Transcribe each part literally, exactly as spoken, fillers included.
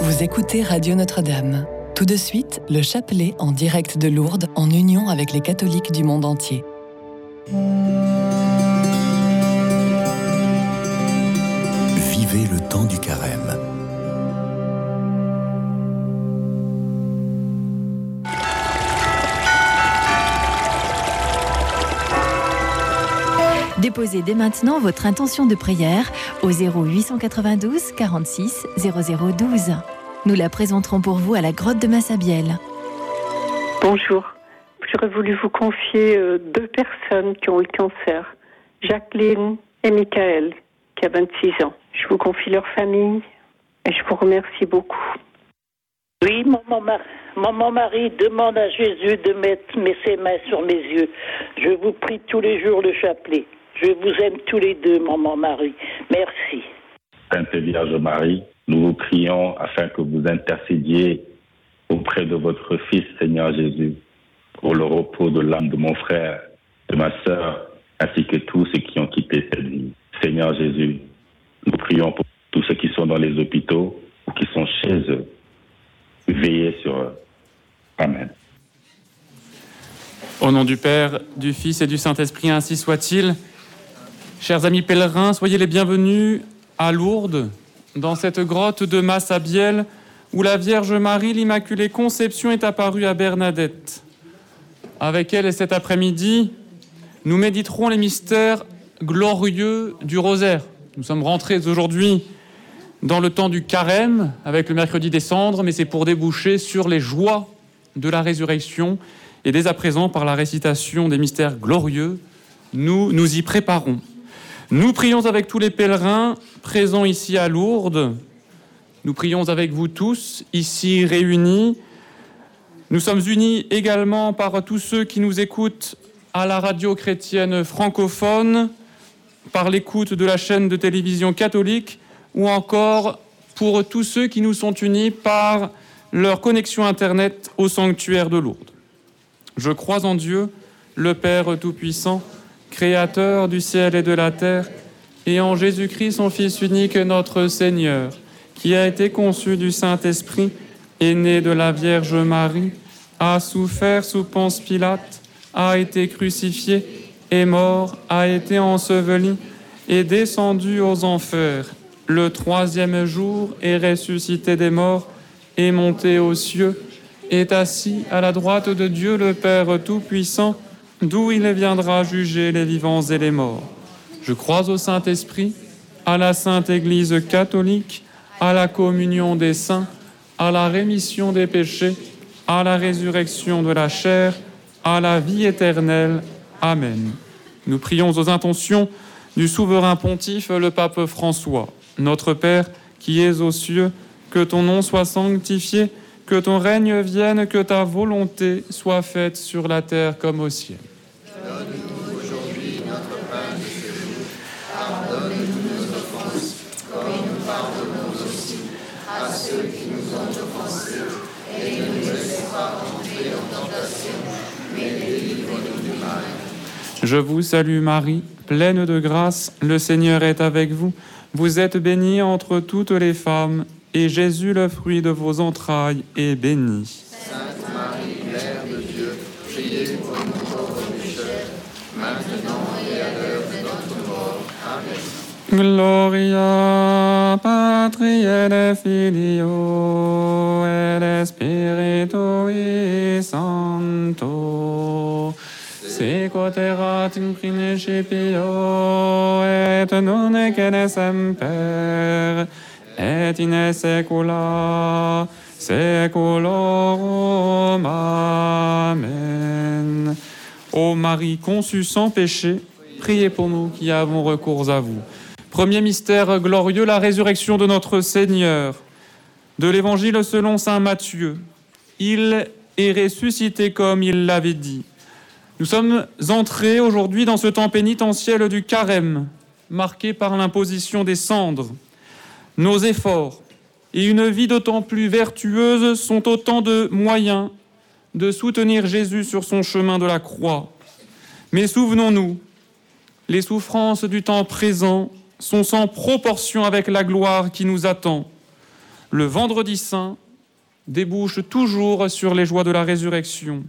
Vous écoutez Radio Notre-Dame. Tout de suite, le chapelet en direct de Lourdes, en union avec les catholiques du monde entier. Vivez le temps du carême. Déposez dès maintenant votre intention de prière au zéro huit cent quatre-vingt-douze quarante-six zéro zéro douze. Nous la présenterons pour vous à la grotte de Massabielle. Bonjour. J'aurais voulu vous confier euh, deux personnes qui ont eu le cancer. Jacqueline et Michael, qui a vingt-six ans. Je vous confie leur famille et je vous remercie beaucoup. Oui, maman, Mar- maman Marie demande à Jésus de mettre ses mains sur mes yeux. Je vous prie tous les jours le chapelet. Je vous aime tous les deux, maman Marie. Merci. Sainte Vierge Marie, nous vous prions afin que vous intercédiez auprès de votre Fils, Seigneur Jésus, pour le repos de l'âme de mon frère, de ma sœur, ainsi que tous ceux qui ont quitté cette vie. Seigneur Jésus, nous prions pour tous ceux qui sont dans les hôpitaux ou qui sont chez eux. Veillez sur eux. Amen. Au nom du Père, du Fils et du Saint-Esprit, ainsi soit-il. Chers amis pèlerins, soyez les bienvenus à Lourdes, dans cette grotte de Massabielle, où la Vierge Marie, l'Immaculée Conception, est apparue à Bernadette. Avec elle, et cet après-midi, nous méditerons les mystères glorieux du rosaire. Nous sommes rentrés aujourd'hui dans le temps du carême, avec le mercredi des cendres, mais c'est pour déboucher sur les joies de la résurrection. Et dès à présent, par la récitation des mystères glorieux, nous nous y préparons. Nous prions avec tous les pèlerins présents ici à Lourdes. Nous prions avec vous tous, ici réunis. Nous sommes unis également par tous ceux qui nous écoutent à la radio chrétienne francophone, par l'écoute de la chaîne de télévision catholique, ou encore pour tous ceux qui nous sont unis par leur connexion Internet au sanctuaire de Lourdes. Je crois en Dieu, le Père Tout-Puissant, Créateur du ciel et de la terre, et en Jésus-Christ, son Fils unique, notre Seigneur, qui a été conçu du Saint-Esprit, est né de la Vierge Marie, a souffert sous Ponce Pilate, a été crucifié, est mort, a été enseveli, est descendu aux enfers. Le troisième jour est ressuscité des morts, est monté aux cieux, est assis à la droite de Dieu le Père Tout-Puissant, d'où il viendra juger les vivants et les morts. Je crois au Saint-Esprit, à la Sainte Église catholique, à la communion des saints, à la rémission des péchés, à la résurrection de la chair, à la vie éternelle. Amen. Nous prions aux intentions du souverain pontife, le pape François. Notre Père, qui es aux cieux, que ton nom soit sanctifié, que ton règne vienne, que ta volonté soit faite sur la terre comme au ciel. Donne-nous aujourd'hui notre pain de ce jour. Pardonne-nous nos offenses, comme nous pardonnons aussi à ceux qui nous ont offensés. Et ne nous laisse pas entrer en tentation, mais délivre-nous du mal. Je vous salue Marie, pleine de grâce, le Seigneur est avec vous. Vous êtes bénie entre toutes les femmes, et Jésus, le fruit de vos entrailles, est béni. Sainte Marie, Mère de Dieu, priez pour nous pauvres pécheurs, maintenant et à l'heure de notre mort. Amen. Gloria Patri et Filio et Spiritui Sancto. Sicut erat in principio et nunc et in semper et in saecula saeculorum. Amen. Ô Marie conçue sans péché, priez pour nous qui avons recours à vous. Premier mystère glorieux, la résurrection de notre Seigneur. De l'Évangile selon saint Matthieu. Il est ressuscité comme il l'avait dit. Nous sommes entrés aujourd'hui dans ce temps pénitentiel du carême, marqué par l'imposition des cendres. Nos efforts et une vie d'autant plus vertueuse sont autant de moyens de soutenir Jésus sur son chemin de la croix. Mais souvenons-nous, les souffrances du temps présent sont sans proportion avec la gloire qui nous attend. le vendredi saint débouche toujours sur les joies de la résurrection.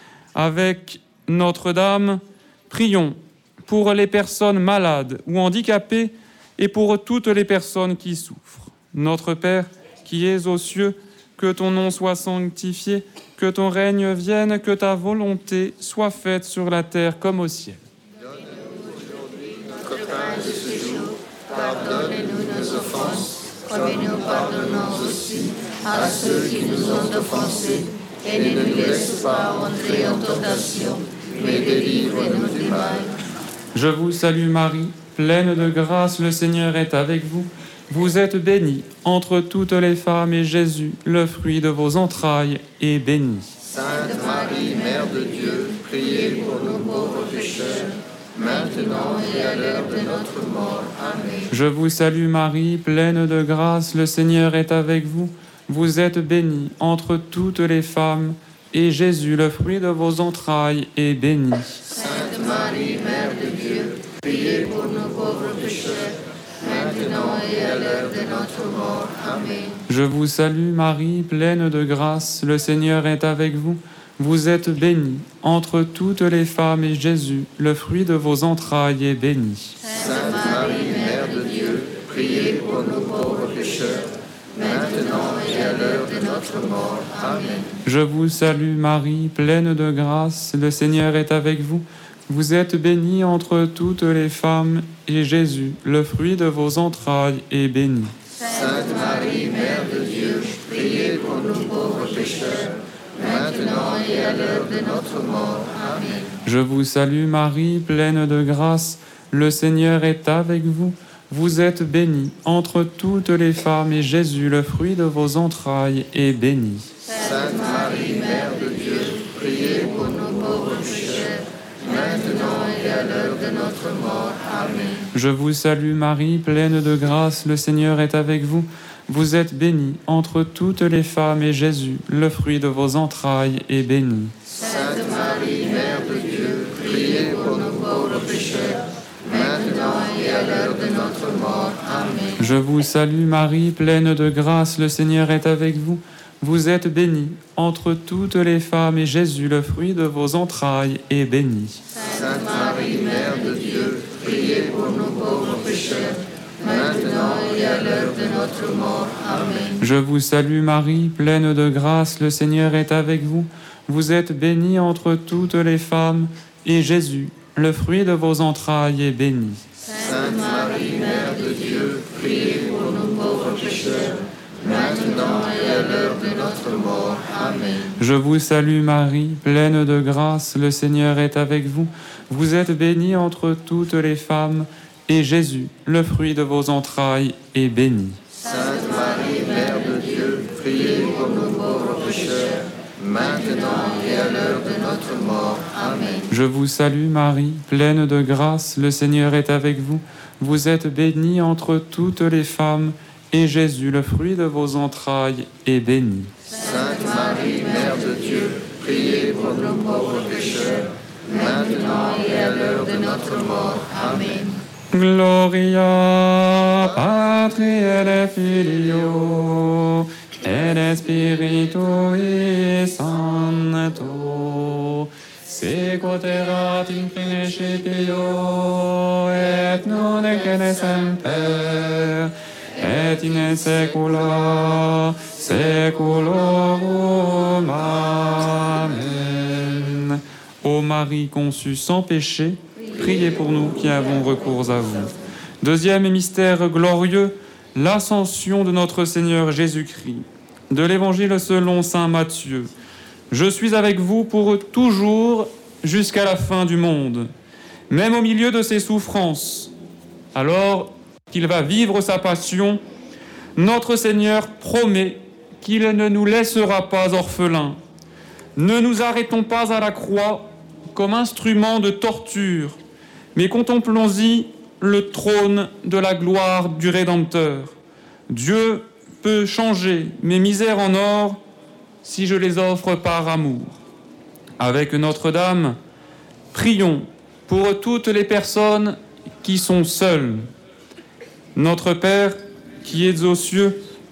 Avec Notre-Dame, prions pour les personnes malades ou handicapées et pour toutes les personnes qui souffrent. Notre Père, qui es aux cieux, que ton nom soit sanctifié, que ton règne vienne, que ta volonté soit faite sur la terre comme au ciel. Donne-nous aujourd'hui notre pain de ce jour. Pardonne-nous nos offenses, comme nous pardonnons aussi à ceux qui nous ont offensés. Et ne nous laisse pas entrer en tentation, mais délivre-nous du mal. Je vous salue Marie, pleine de grâce, le Seigneur est avec vous. Vous êtes bénie entre toutes les femmes, et Jésus, le fruit de vos entrailles, est béni. Sainte Marie, Mère de Dieu, priez pour nous pauvres pécheurs, maintenant et à l'heure de notre mort. Amen. Je vous salue Marie, pleine de grâce, le Seigneur est avec vous. Vous êtes bénie entre toutes les femmes, et Jésus, le fruit de vos entrailles, est béni. Sainte Marie, Mère de Dieu, priez pour nous pauvres pécheurs, maintenant et à l'heure de notre mort. Amen. Je vous salue Marie, pleine de grâce, le Seigneur est avec vous. Vous êtes bénie entre toutes les femmes, et Jésus, le fruit de vos entrailles, est béni. Sainte Marie, Mère de Dieu, priez pour nous pauvres pécheurs, maintenant et à l'heure de notre mort. Amen. Je vous salue Marie, pleine de grâce, le Seigneur est avec vous. Vous êtes bénie entre toutes les femmes, et Jésus, le fruit de vos entrailles, est béni. Sainte Marie, Mère de Dieu, priez pour nous pauvres pécheurs, maintenant et à l'heure de notre mort. Amen. Je vous salue Marie, pleine de grâce, le Seigneur est avec vous. Vous êtes bénie entre toutes les femmes, et Jésus, le fruit de vos entrailles, est béni. Sainte Marie, Mère de Dieu, priez pour nous pauvres pécheurs, maintenant et à l'heure de notre mort. Amen. Je vous salue Marie, pleine de grâce, le Seigneur est avec vous. Vous êtes bénie entre toutes les femmes, et Jésus, le fruit de vos entrailles, est béni. Sainte Marie, Mère de Dieu, priez pour nous pauvres pécheurs, maintenant et à l'heure de notre mort. Amen. Je vous salue Marie, pleine de grâce, le Seigneur est avec vous. Vous êtes bénie entre toutes les femmes, et Jésus, le fruit de vos entrailles, est béni. Sainte Marie, Mère de Dieu, priez pour nous pauvres pécheurs, maintenant et à l'heure de notre mort. Amen. Je vous salue Marie, pleine de grâce, le Seigneur est avec vous. Vous êtes bénie entre toutes les femmes, et Jésus, le fruit de vos entrailles, est béni. Sainte Marie, Mère de Dieu, priez pour nous pauvres pécheurs, maintenant et à l'heure de notre mort. Amen. Je vous salue Marie, pleine de grâce, le Seigneur est avec vous. Vous êtes bénie entre toutes les femmes, et Jésus, le fruit de vos entrailles, est béni. Sainte Marie, Mère de Dieu, priez pour nous pauvres pécheurs, maintenant et à l'heure de notre mort. Amen. Je vous salue Marie, pleine de grâce, le Seigneur est avec vous. Vous êtes bénie entre toutes les femmes, et Jésus, le fruit de vos entrailles, est béni. Sainte Marie, Mère de Dieu, priez pour nous pauvres pécheurs, maintenant et à l'heure de notre mort. Amen. Gloria Patri et Filio et Spiritui Sancto, sicut erat in principio et nunc et semper et in saecula saeculorum. Amen. Ô Marie conçue sans péché, priez pour nous qui avons recours à vous. Deuxième mystère glorieux, l'ascension de notre Seigneur Jésus-Christ. De l'Évangile selon saint Matthieu. Je suis avec vous pour toujours jusqu'à la fin du monde, même au milieu de ses souffrances. Alors qu'il va vivre sa passion, notre Seigneur promet qu'il ne nous laissera pas orphelins. Ne nous arrêtons pas à la croix comme instrument de torture, mais contemplons-y le trône de la gloire du Rédempteur. Dieu peut changer mes misères en or si je les offre par amour. Avec Notre-Dame, prions pour toutes les personnes qui sont seules. Notre Père, qui es aux cieux,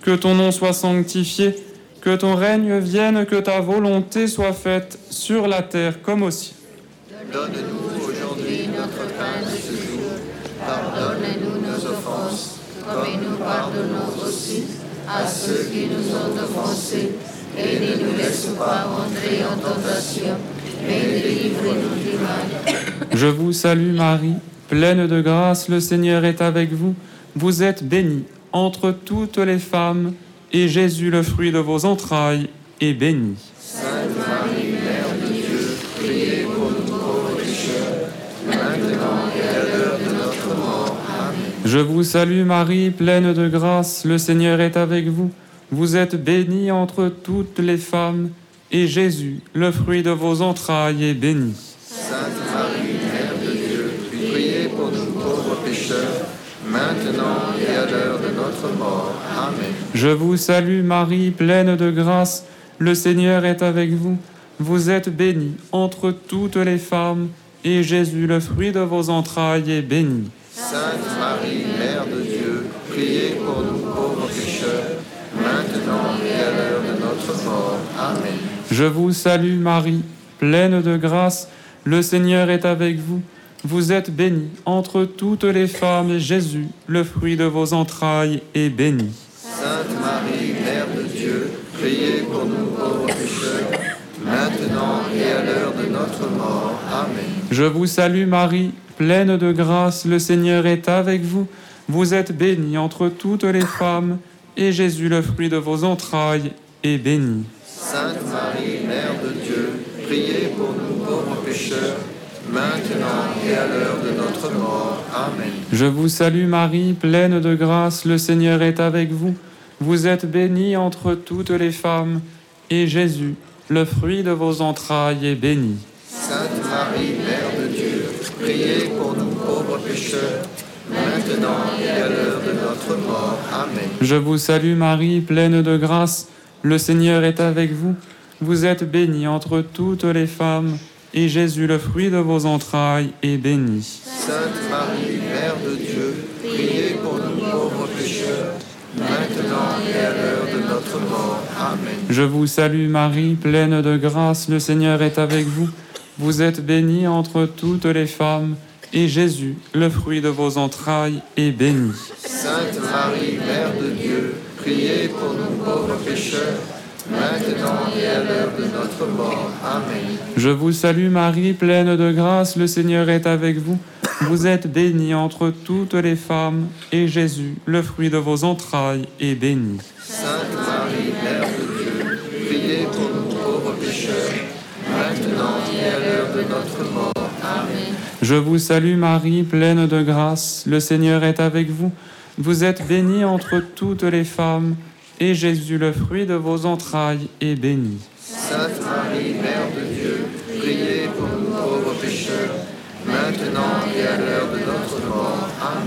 que ton nom soit sanctifié, que ton règne vienne, que ta volonté soit faite sur la terre comme au ciel. Donne-nous aujourd'hui notre pain de ce jour. Pardonne-nous nos offenses, comme nous pardonnons aussi à ceux qui nous ont offensés. Et ne nous laisse pas entrer en tentation, mais délivre-nous du mal. Je vous salue Marie, pleine de grâce, le Seigneur est avec vous. Vous êtes bénie entre toutes les femmes, et Jésus, le fruit de vos entrailles, est béni. Sainte Marie, Mère de Dieu, priez pour nous pauvres pécheurs, maintenant et à l'heure de notre mort. Amen. Je vous salue Marie, pleine de grâce, le Seigneur est avec vous. Vous êtes bénie entre toutes les femmes, et Jésus, le fruit de vos entrailles, est béni. Sainte Marie, Mère de Dieu, priez pour nous pauvres pécheurs, maintenant et à l'heure de notre mort. Amen. Je vous salue Marie, pleine de grâce, le Seigneur est avec vous. Vous êtes bénie entre toutes les femmes, et Jésus, le fruit de vos entrailles, est béni. Sainte Marie, Mère de Dieu, priez pour nous pauvres pécheurs, maintenant et à l'heure de notre mort. Amen. Je vous salue Marie, pleine de grâce, le Seigneur est avec vous. Vous êtes bénie entre toutes les femmes, et Jésus, le fruit de vos entrailles, est béni. Sainte Marie, Mère de Dieu, priez pour nous pauvres pécheurs, maintenant et à l'heure de notre mort. Amen. Je vous salue Marie, pleine de grâce, le Seigneur est avec vous. Vous êtes bénie entre toutes les femmes, et Jésus, le fruit de vos entrailles, est béni. Sainte Marie, Mère de Dieu, priez pour nous pauvres pécheurs, maintenant et à l'heure de notre mort. Amen. Je vous salue Marie, pleine de grâce, le Seigneur est avec vous. Vous êtes bénie entre toutes les femmes, et Jésus, le fruit de vos entrailles, est béni. Sainte Marie, Mère de Dieu, priez pour nous pauvres pécheurs, maintenant et à l'heure de notre mort. Amen. Je vous salue Marie, pleine de grâce, le Seigneur est avec vous. Vous êtes bénie entre toutes les femmes, et Jésus, le fruit de vos entrailles, est béni. Sainte Marie, Mère de Dieu, priez pour nous pauvres pécheurs, maintenant et à l'heure de notre mort. Amen. Je vous salue Marie, pleine de grâce, le Seigneur est avec vous. Vous êtes bénie entre toutes les femmes, et Jésus, le fruit de vos entrailles, est béni. Sainte Marie, Mère de Dieu, priez pour nous pauvres pécheurs, maintenant et à l'heure de notre mort. Amen. Je vous salue Marie, pleine de grâce, le Seigneur est avec vous. Vous êtes bénie entre toutes les femmes, et Jésus, le fruit de vos entrailles, est béni. Sainte Marie, Mère de Dieu, priez pour nous pauvres pécheurs, maintenant et à l'heure de notre mort. Amen. Je vous salue Marie, pleine de grâce, le Seigneur est avec vous. Vous êtes bénie entre toutes les femmes, et Jésus, le fruit de vos entrailles, est béni. Sainte Marie, Mère de Dieu, priez pour nous pauvres pécheurs, maintenant et à l'heure de notre mort.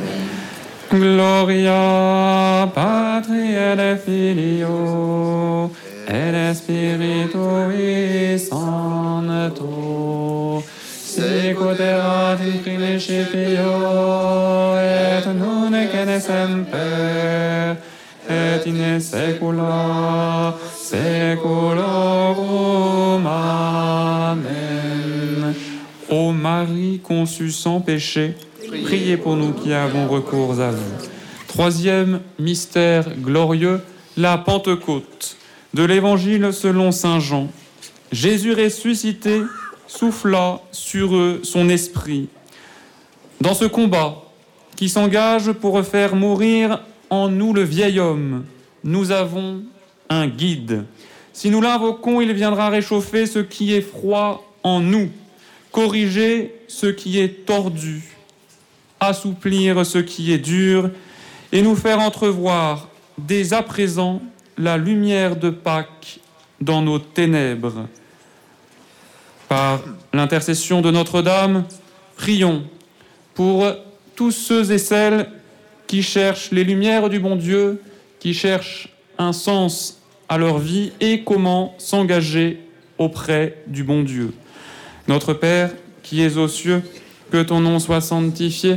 Amen. Gloria Patri et Filio et Spiritui Sancto, sicut erat in principio et nunc et semper et in saecula saeculorum. Amen. Ô Marie conçue sans péché, priez pour nous qui avons recours à vous. Troisième mystère glorieux, la Pentecôte. De l'Évangile selon saint Jean. Jésus ressuscité souffla sur eux son esprit. Dans ce combat qui s'engage pour faire mourir en nous le vieil homme, nous avons un guide. Si nous l'invoquons, il viendra réchauffer ce qui est froid en nous, corriger ce qui est tordu, assouplir ce qui est dur et nous faire entrevoir dès à présent la lumière de Pâques dans nos ténèbres. Par l'intercession de Notre-Dame, prions pour tous ceux et celles qui cherchent les lumières du bon Dieu, qui cherchent un sens à leur vie et comment s'engager auprès du bon Dieu. Notre Père, qui es aux cieux, que ton nom soit sanctifié,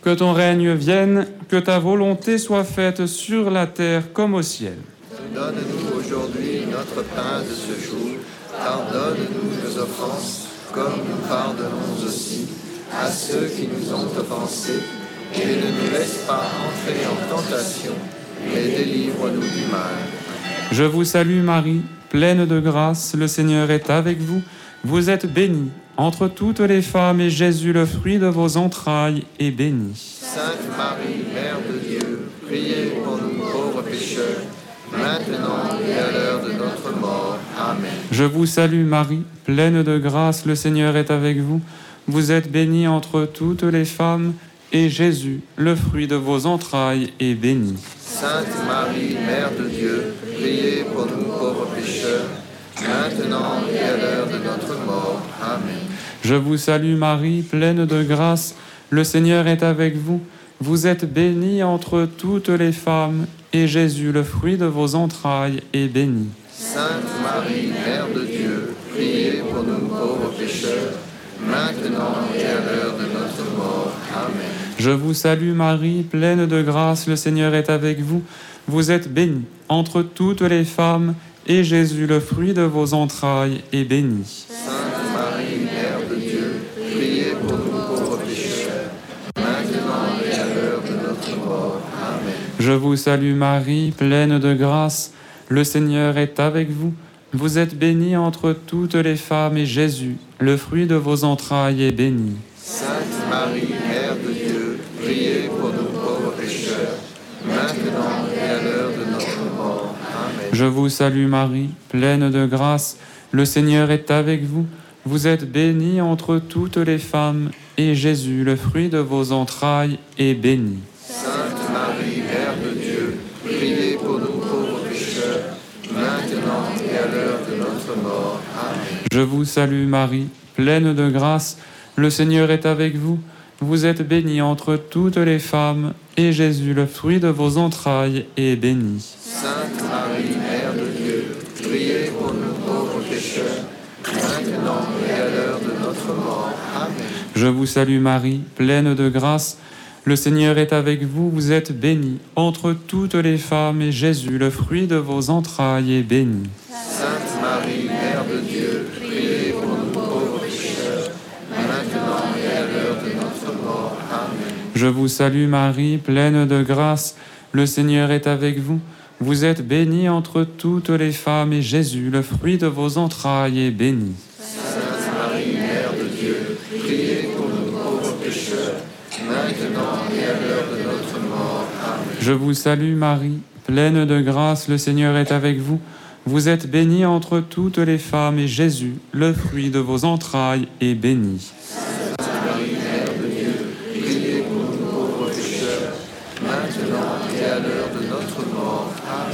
Que ton règne vienne, que ta volonté soit faite sur la terre comme au ciel. Donne-nous aujourd'hui notre pain de ce jour. Pardonne-nous nos offenses, comme nous pardonnons aussi à ceux qui nous ont offensés. Et ne nous laisse pas entrer en tentation, mais délivre-nous du mal. Je vous salue Marie, pleine de grâce, le Seigneur est avec vous. Vous êtes bénie entre toutes les femmes, et Jésus, le fruit de vos entrailles, est béni. Sainte Marie, Mère de Dieu, priez pour nous pauvres pécheurs, maintenant et à l'heure de notre mort. Amen. Je vous salue Marie, pleine de grâce, le Seigneur est avec vous. Vous êtes bénie entre toutes les femmes, et Jésus, le fruit de vos entrailles, est béni. Sainte Marie, Mère de Dieu, priez pour nous pauvres pécheurs, maintenant et à l'heure de notre mort. Amen. Je vous salue Marie, pleine de grâce, le Seigneur est avec vous. Vous êtes bénie entre toutes les femmes, et Jésus, le fruit de vos entrailles, est béni. Sainte Marie, Mère de Dieu, priez pour nous pauvres pécheurs, maintenant et à l'heure de notre mort. Amen. Je vous salue Marie, pleine de grâce, le Seigneur est avec vous. Vous êtes bénie entre toutes les femmes, et Jésus, le fruit de vos entrailles, est béni. Sainte Marie, Mère de Dieu, priez pour nous pauvres pécheurs, maintenant et à l'heure de notre mort. Amen. Je vous salue Marie, pleine de grâce, le Seigneur est avec vous. Vous êtes bénie entre toutes les femmes, et Jésus, le fruit de vos entrailles, est béni. Sainte Marie, Mère de Dieu, priez pour nous pauvres pécheurs, maintenant et à l'heure de notre mort. Amen. Je vous salue Marie, pleine de grâce, le Seigneur est avec vous. Vous êtes bénie entre toutes les femmes, et Jésus, le fruit de vos entrailles, est béni. Sainte Marie, Mère de Dieu, priez pour nous pauvres pécheurs, maintenant et à l'heure de notre mort. Amen. Je vous salue Marie, pleine de grâce, le Seigneur est avec vous. Vous êtes bénie entre toutes les femmes, et Jésus, le fruit de vos entrailles, est béni. Sainte Marie, Mère de Dieu, priez pour nous pauvres pécheurs, maintenant et à l'heure de notre mort. Amen. Je vous salue Marie, pleine de grâce, le Seigneur est avec vous. Vous êtes bénie entre toutes les femmes, et Jésus, le fruit de vos entrailles, est béni. Sainte Marie, Mère de Dieu, priez pour nous pauvres pécheurs, maintenant et à l'heure de notre mort. Amen. Je vous salue Marie, pleine de grâce, le Seigneur est avec vous. Vous êtes bénie entre toutes les femmes, et Jésus, le fruit de vos entrailles, est béni. Sainte Marie, Mère de Dieu, priez pour nous pauvres pécheurs, maintenant et à l'heure de notre mort. Amen. Je vous salue Marie, pleine de grâce, le Seigneur est avec vous. Vous êtes bénie entre toutes les femmes, et Jésus, le fruit de vos entrailles, est béni. Sainte Marie, Mère de Dieu, priez pour nous pauvres pécheurs, maintenant et à l'heure de notre mort.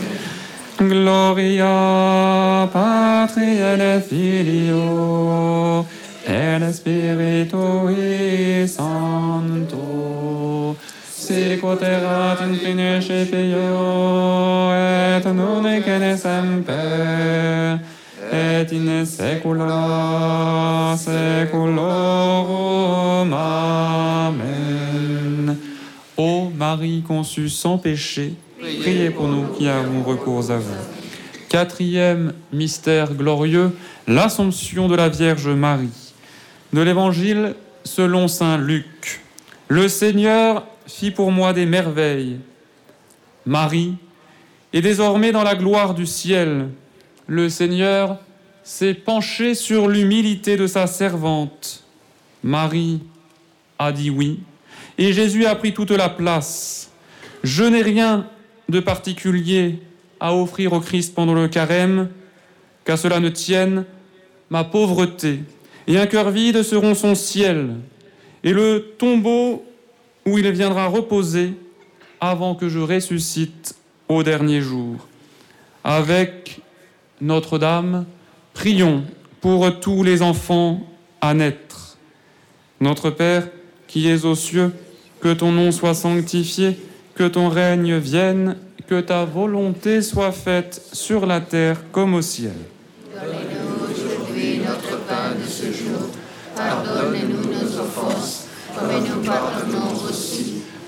Amen. Gloria Patri et Filio et Spiritui Sancto, sicut erat in principio et nunc et semper et in saecula saeculorum. Amen. Ô Marie conçue sans péché, priez pour nous qui avons recours à vous. Quatrième mystère glorieux, l'Assomption de la Vierge Marie. De l'Évangile selon saint Luc. Le Seigneur fit pour moi des merveilles. Marie est désormais dans la gloire du ciel. Le Seigneur s'est penché sur l'humilité de sa servante. Marie a dit oui, et Jésus a pris toute la place. Je n'ai rien de particulier à offrir au Christ pendant le carême, qu'à cela ne tienne ma pauvreté, et un cœur vide seront son ciel, et le tombeau où il viendra reposer avant que je ressuscite au dernier jour. Avec Notre-Dame, prions pour tous les enfants à naître. Notre Père, qui es aux cieux, que ton nom soit sanctifié, que ton règne vienne, que ta volonté soit faite sur la terre comme au ciel. Donne-nous aujourd'hui notre pain de ce jour. Pardonne-nous nos offenses, comme nous pardonnons aussi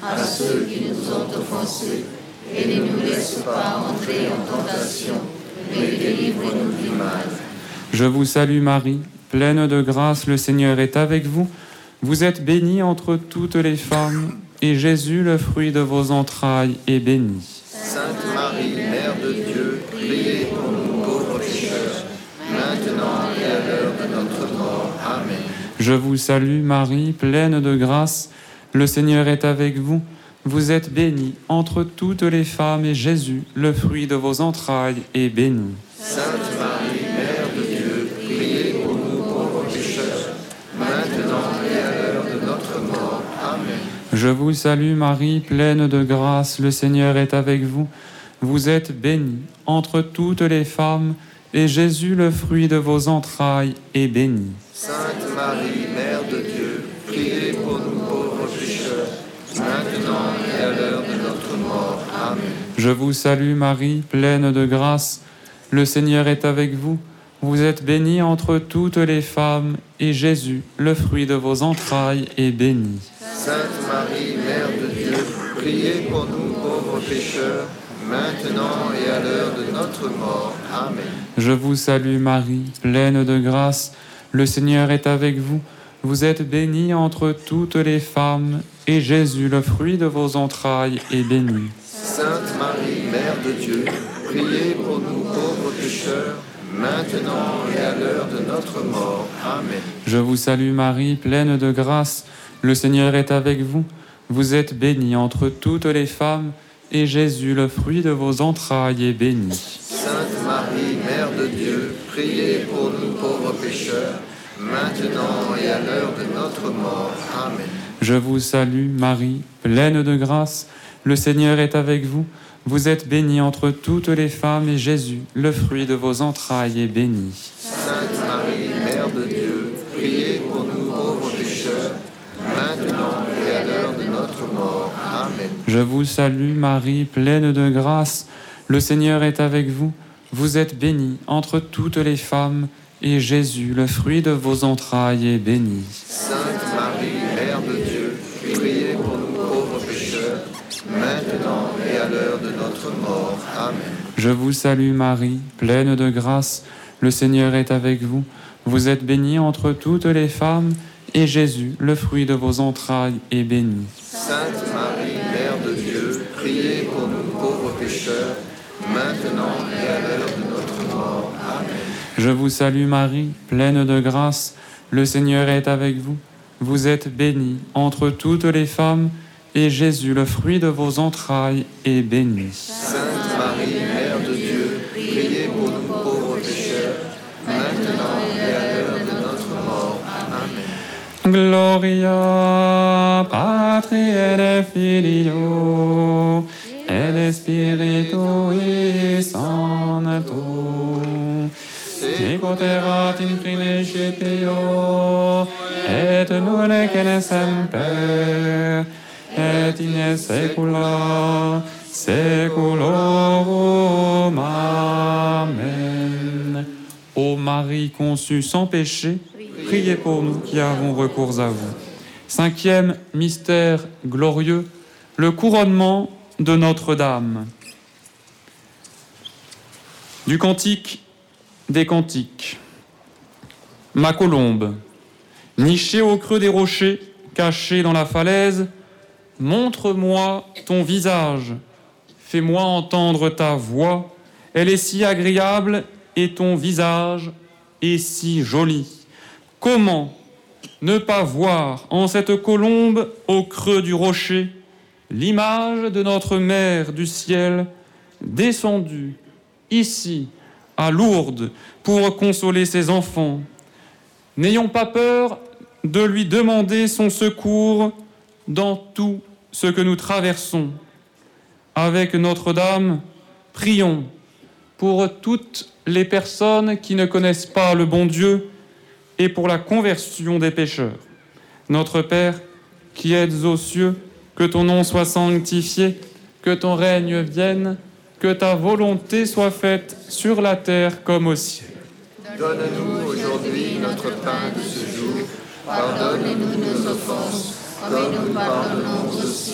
à ceux qui nous ont offensés, et ne nous laisse pas entrer en tentation, mais délivre-nous du mal. Je vous salue Marie, pleine de grâce, le Seigneur est avec vous. Vous êtes bénie entre toutes les femmes, et Jésus, le fruit de vos entrailles, est béni. Sainte Marie, Mère de Dieu, priez pour nous pauvres pécheurs, maintenant et à l'heure de notre mort. Amen. Je vous salue Marie, pleine de grâce, le Seigneur est avec vous. Vous êtes bénie entre toutes les femmes, et Jésus, le fruit de vos entrailles, est béni. Sainte Marie, Mère de Dieu, priez pour nous pauvres pécheurs, maintenant et à l'heure de notre mort. Amen. Je vous salue Marie, pleine de grâce, le Seigneur est avec vous. Vous êtes bénie entre toutes les femmes, et Jésus, le fruit de vos entrailles, est béni. Sainte Marie, Mère de Dieu, priez pour nous pauvres pécheurs, maintenant et à l'heure de notre mort. Amen. Je vous salue Marie, pleine de grâce, le Seigneur est avec vous. Vous êtes bénie entre toutes les femmes, et Jésus, le fruit de vos entrailles, est béni. Sainte Marie, Mère de Dieu, priez pour nous pauvres pécheurs, maintenant et à l'heure de notre mort. Amen. Je vous salue Marie, pleine de grâce, le Seigneur est avec vous. Vous êtes bénie entre toutes les femmes, et Jésus, le fruit de vos entrailles, est béni. Sainte Marie, Mère de Dieu, priez pour nous pauvres pécheurs, maintenant et à l'heure de notre mort. Amen. Je vous salue Marie, pleine de grâce, le Seigneur est avec vous. Vous êtes bénie entre toutes les femmes, et Jésus, le fruit de vos entrailles, est béni. Sainte Marie, Mère de Dieu, priez pour nous pauvres pécheurs, maintenant et à l'heure de notre mort. Amen. Je vous salue Marie, pleine de grâce, le Seigneur est avec vous. Vous êtes bénie entre toutes les femmes, et Jésus, le fruit de vos entrailles, est béni. Sainte Marie, Mère de Dieu, priez pour nous pauvres pécheurs, maintenant et à l'heure de notre mort. Amen. Je vous salue Marie, pleine de grâce, le Seigneur est avec vous. Vous êtes bénie entre toutes les femmes, et Jésus, le fruit de vos entrailles, est béni. Sainte Marie, Mère de Dieu, priez pour nous pauvres pécheurs, maintenant et à l'heure de notre mort. Amen. Je vous salue Marie, pleine de grâce, le Seigneur est avec vous. Vous êtes bénie entre toutes les femmes, et Jésus, le fruit de vos entrailles, est béni. Sainte Marie, Mère de Dieu, priez pour nous pauvres pécheurs, maintenant et à l'heure de notre mort. Amen. Je vous salue Marie, pleine de grâce, le Seigneur est avec vous. Vous êtes bénie entre toutes les femmes, et Jésus, le fruit de vos entrailles, est béni. Sainte Marie, Mère de Dieu, priez pour nous pauvres pécheurs, maintenant et à l'heure de notre mort. Amen. Gloria Patri et Filio et Spiritui Sancto. Sicut erat in principio et nunc et semper et in saecula saeculorum. Amen. Ô Marie conçue sans péché, priez pour nous qui avons recours à vous. Cinquième mystère glorieux, le couronnement de Notre-Dame. Du cantique des cantiques. Ma colombe, nichée au creux des rochers, cachée dans la falaise, montre-moi ton visage, fais-moi entendre ta voix, elle est si agréable et ton visage est si joli. Comment ne pas voir en cette colombe au creux du rocher l'image de notre Mère du ciel descendue ici à Lourdes pour consoler ses enfants. N'ayons pas peur de lui demander son secours dans tout ce que nous traversons. Avec Notre-Dame, prions pour toutes les personnes qui ne connaissent pas le bon Dieu et pour la conversion des pécheurs. Notre Père, qui êtes aux cieux, que ton nom soit sanctifié, que ton règne vienne, que ta volonté soit faite sur la terre comme au ciel. Donne-nous aujourd'hui notre pain de ce jour. Pardonne-nous nos offenses, comme nous pardonnons aussi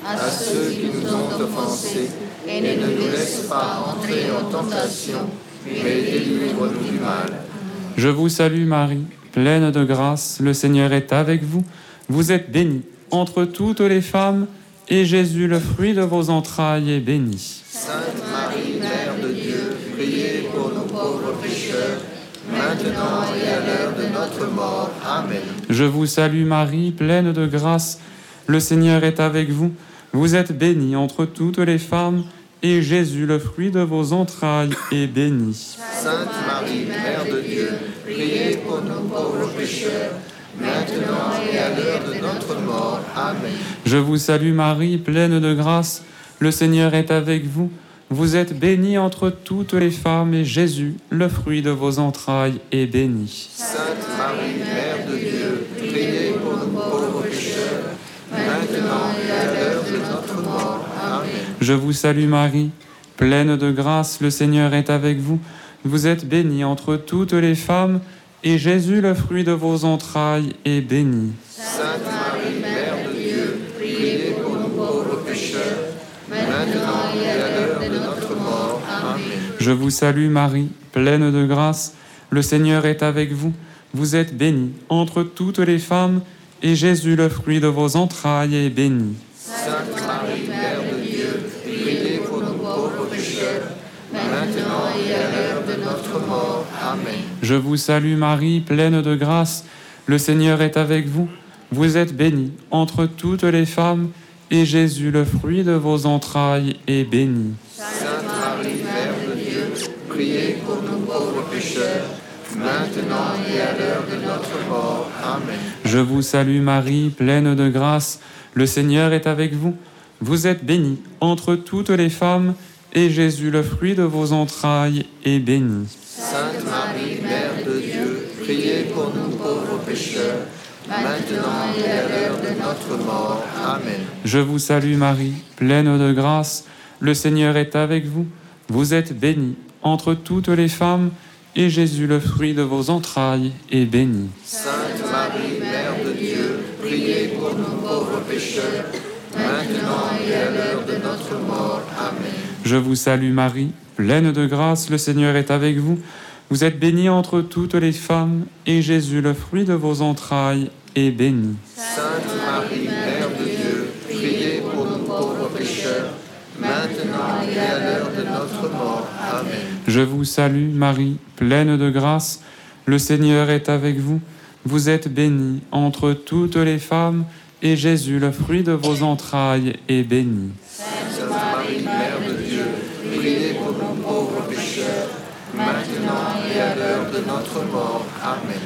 à ceux qui nous ont offensés, et ne nous laisse pas entrer en tentation, mais délivre-nous du mal. Je vous salue Marie, pleine de grâce, le Seigneur est avec vous. Vous êtes bénie entre toutes les femmes, et Jésus, le fruit de vos entrailles, est béni. Sainte Marie, Mère de Dieu, priez pour nous pauvres pécheurs, maintenant et à l'heure de notre mort. Amen. Je vous salue Marie, pleine de grâce, le Seigneur est avec vous. Vous êtes bénie entre toutes les femmes, et Jésus, le fruit de vos entrailles, est béni. Sainte Marie, Mère de Dieu, priez pour nous pauvres pécheurs, maintenant et à l'heure de notre mort. Amen. Je vous salue Marie, pleine de grâce, le Seigneur est avec vous. Vous êtes bénie entre toutes les femmes, et Jésus, le fruit de vos entrailles, est béni. Sainte Marie, Mère de Dieu, priez pour nous pauvres pécheurs, maintenant et à l'heure de notre mort. Amen. Je vous salue Marie, pleine de grâce, le Seigneur est avec vous. Vous êtes bénie entre toutes les femmes, et Jésus, le fruit de vos entrailles, est béni. Sainte Marie, Mère de Dieu, priez pour nous pauvres pécheurs, maintenant et à l'heure de notre mort. Amen. Je vous salue Marie, pleine de grâce, le Seigneur est avec vous. Vous êtes bénie entre toutes les femmes, et Jésus, le fruit de vos entrailles, est béni. Sainte Marie, Mère de Dieu, priez pour nous pauvres pécheurs, maintenant et à l'heure de notre mort. Amen. Je vous salue Marie, pleine de grâce, le Seigneur est avec vous. Vous êtes bénie entre toutes les femmes, et Jésus, le fruit de vos entrailles, est béni. Sainte Marie, Mère de Dieu, priez pour nous pauvres pécheurs, maintenant et à l'heure de notre mort. Amen. Je vous salue Marie, pleine de grâce, le Seigneur est avec vous. Vous êtes bénie entre toutes les femmes, et Jésus, le fruit de vos entrailles, est béni. Sainte Marie, Mère de Dieu, priez pour nous pauvres pécheurs, maintenant et à l'heure de notre mort. Amen. Je vous salue Marie, pleine de grâce, le Seigneur est avec vous. Vous êtes bénie entre toutes les femmes, et Jésus, le fruit de vos entrailles, est béni. Sainte Marie, Mère de Dieu, priez pour nous pauvres pécheurs, maintenant et à l'heure de notre mort. Amen. Je vous salue Marie, pleine de grâce, le Seigneur est avec vous. Vous êtes bénie entre toutes les femmes, et Jésus, le fruit de vos entrailles, est béni. Sainte Marie, Mère de Dieu, priez pour nous pauvres pécheurs, maintenant et à l'heure de notre mort. Amen. Je vous salue Marie, pleine de grâce, le Seigneur est avec vous. Vous êtes bénie entre toutes les femmes, et Jésus, le fruit de vos entrailles, est béni. Sainte Marie, Mère de Dieu, priez pour nous pauvres pécheurs, maintenant et à l'heure de notre mort. Amen.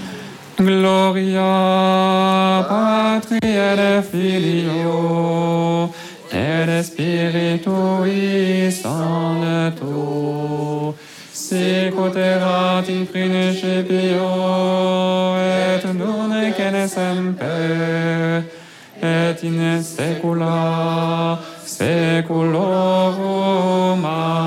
Gloria Patri et Filio et Spiritui Sancto, sicut erat in principio et nunc et semper et in saecula saeculorum.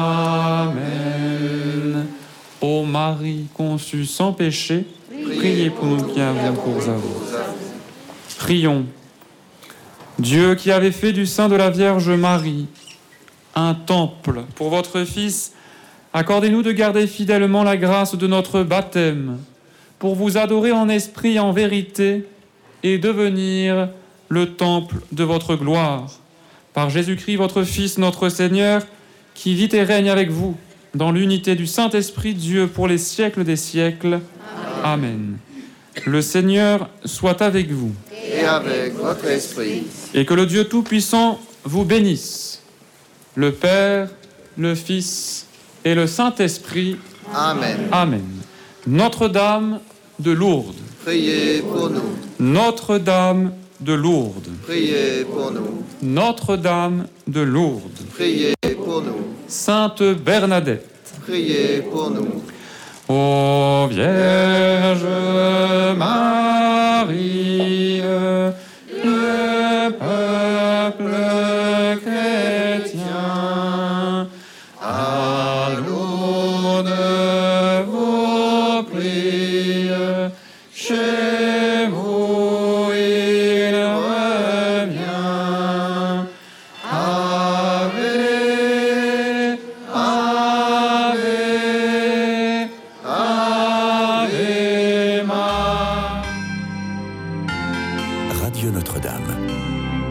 Amen. Ô Marie conçue sans péché, priez pour nous qui avons cours à vous. Prions. Dieu qui avez fait du sein de la Vierge Marie un temple pour votre Fils, accordez-nous de garder fidèlement la grâce de notre baptême, pour vous adorer en esprit et en vérité, et devenir le temple de votre gloire. Par Jésus-Christ, votre Fils, notre Seigneur, qui vit et règne avec vous, dans l'unité du Saint-Esprit, Dieu, pour les siècles des siècles. Amen. Le Seigneur soit avec vous. Et avec votre esprit. Et que le Dieu Tout-Puissant vous bénisse, le Père, le Fils et le Saint-Esprit. Amen. Amen. Notre-Dame de Lourdes. Priez pour nous. Notre-Dame de Lourdes. Priez pour nous. Notre-Dame de Lourdes. Priez pour nous. Sainte Bernadette. Priez pour nous. Ô Vierge Marie, le peuple chrétien, à Lourdes vous prie, chez vous il revient, Radio Notre-Dame.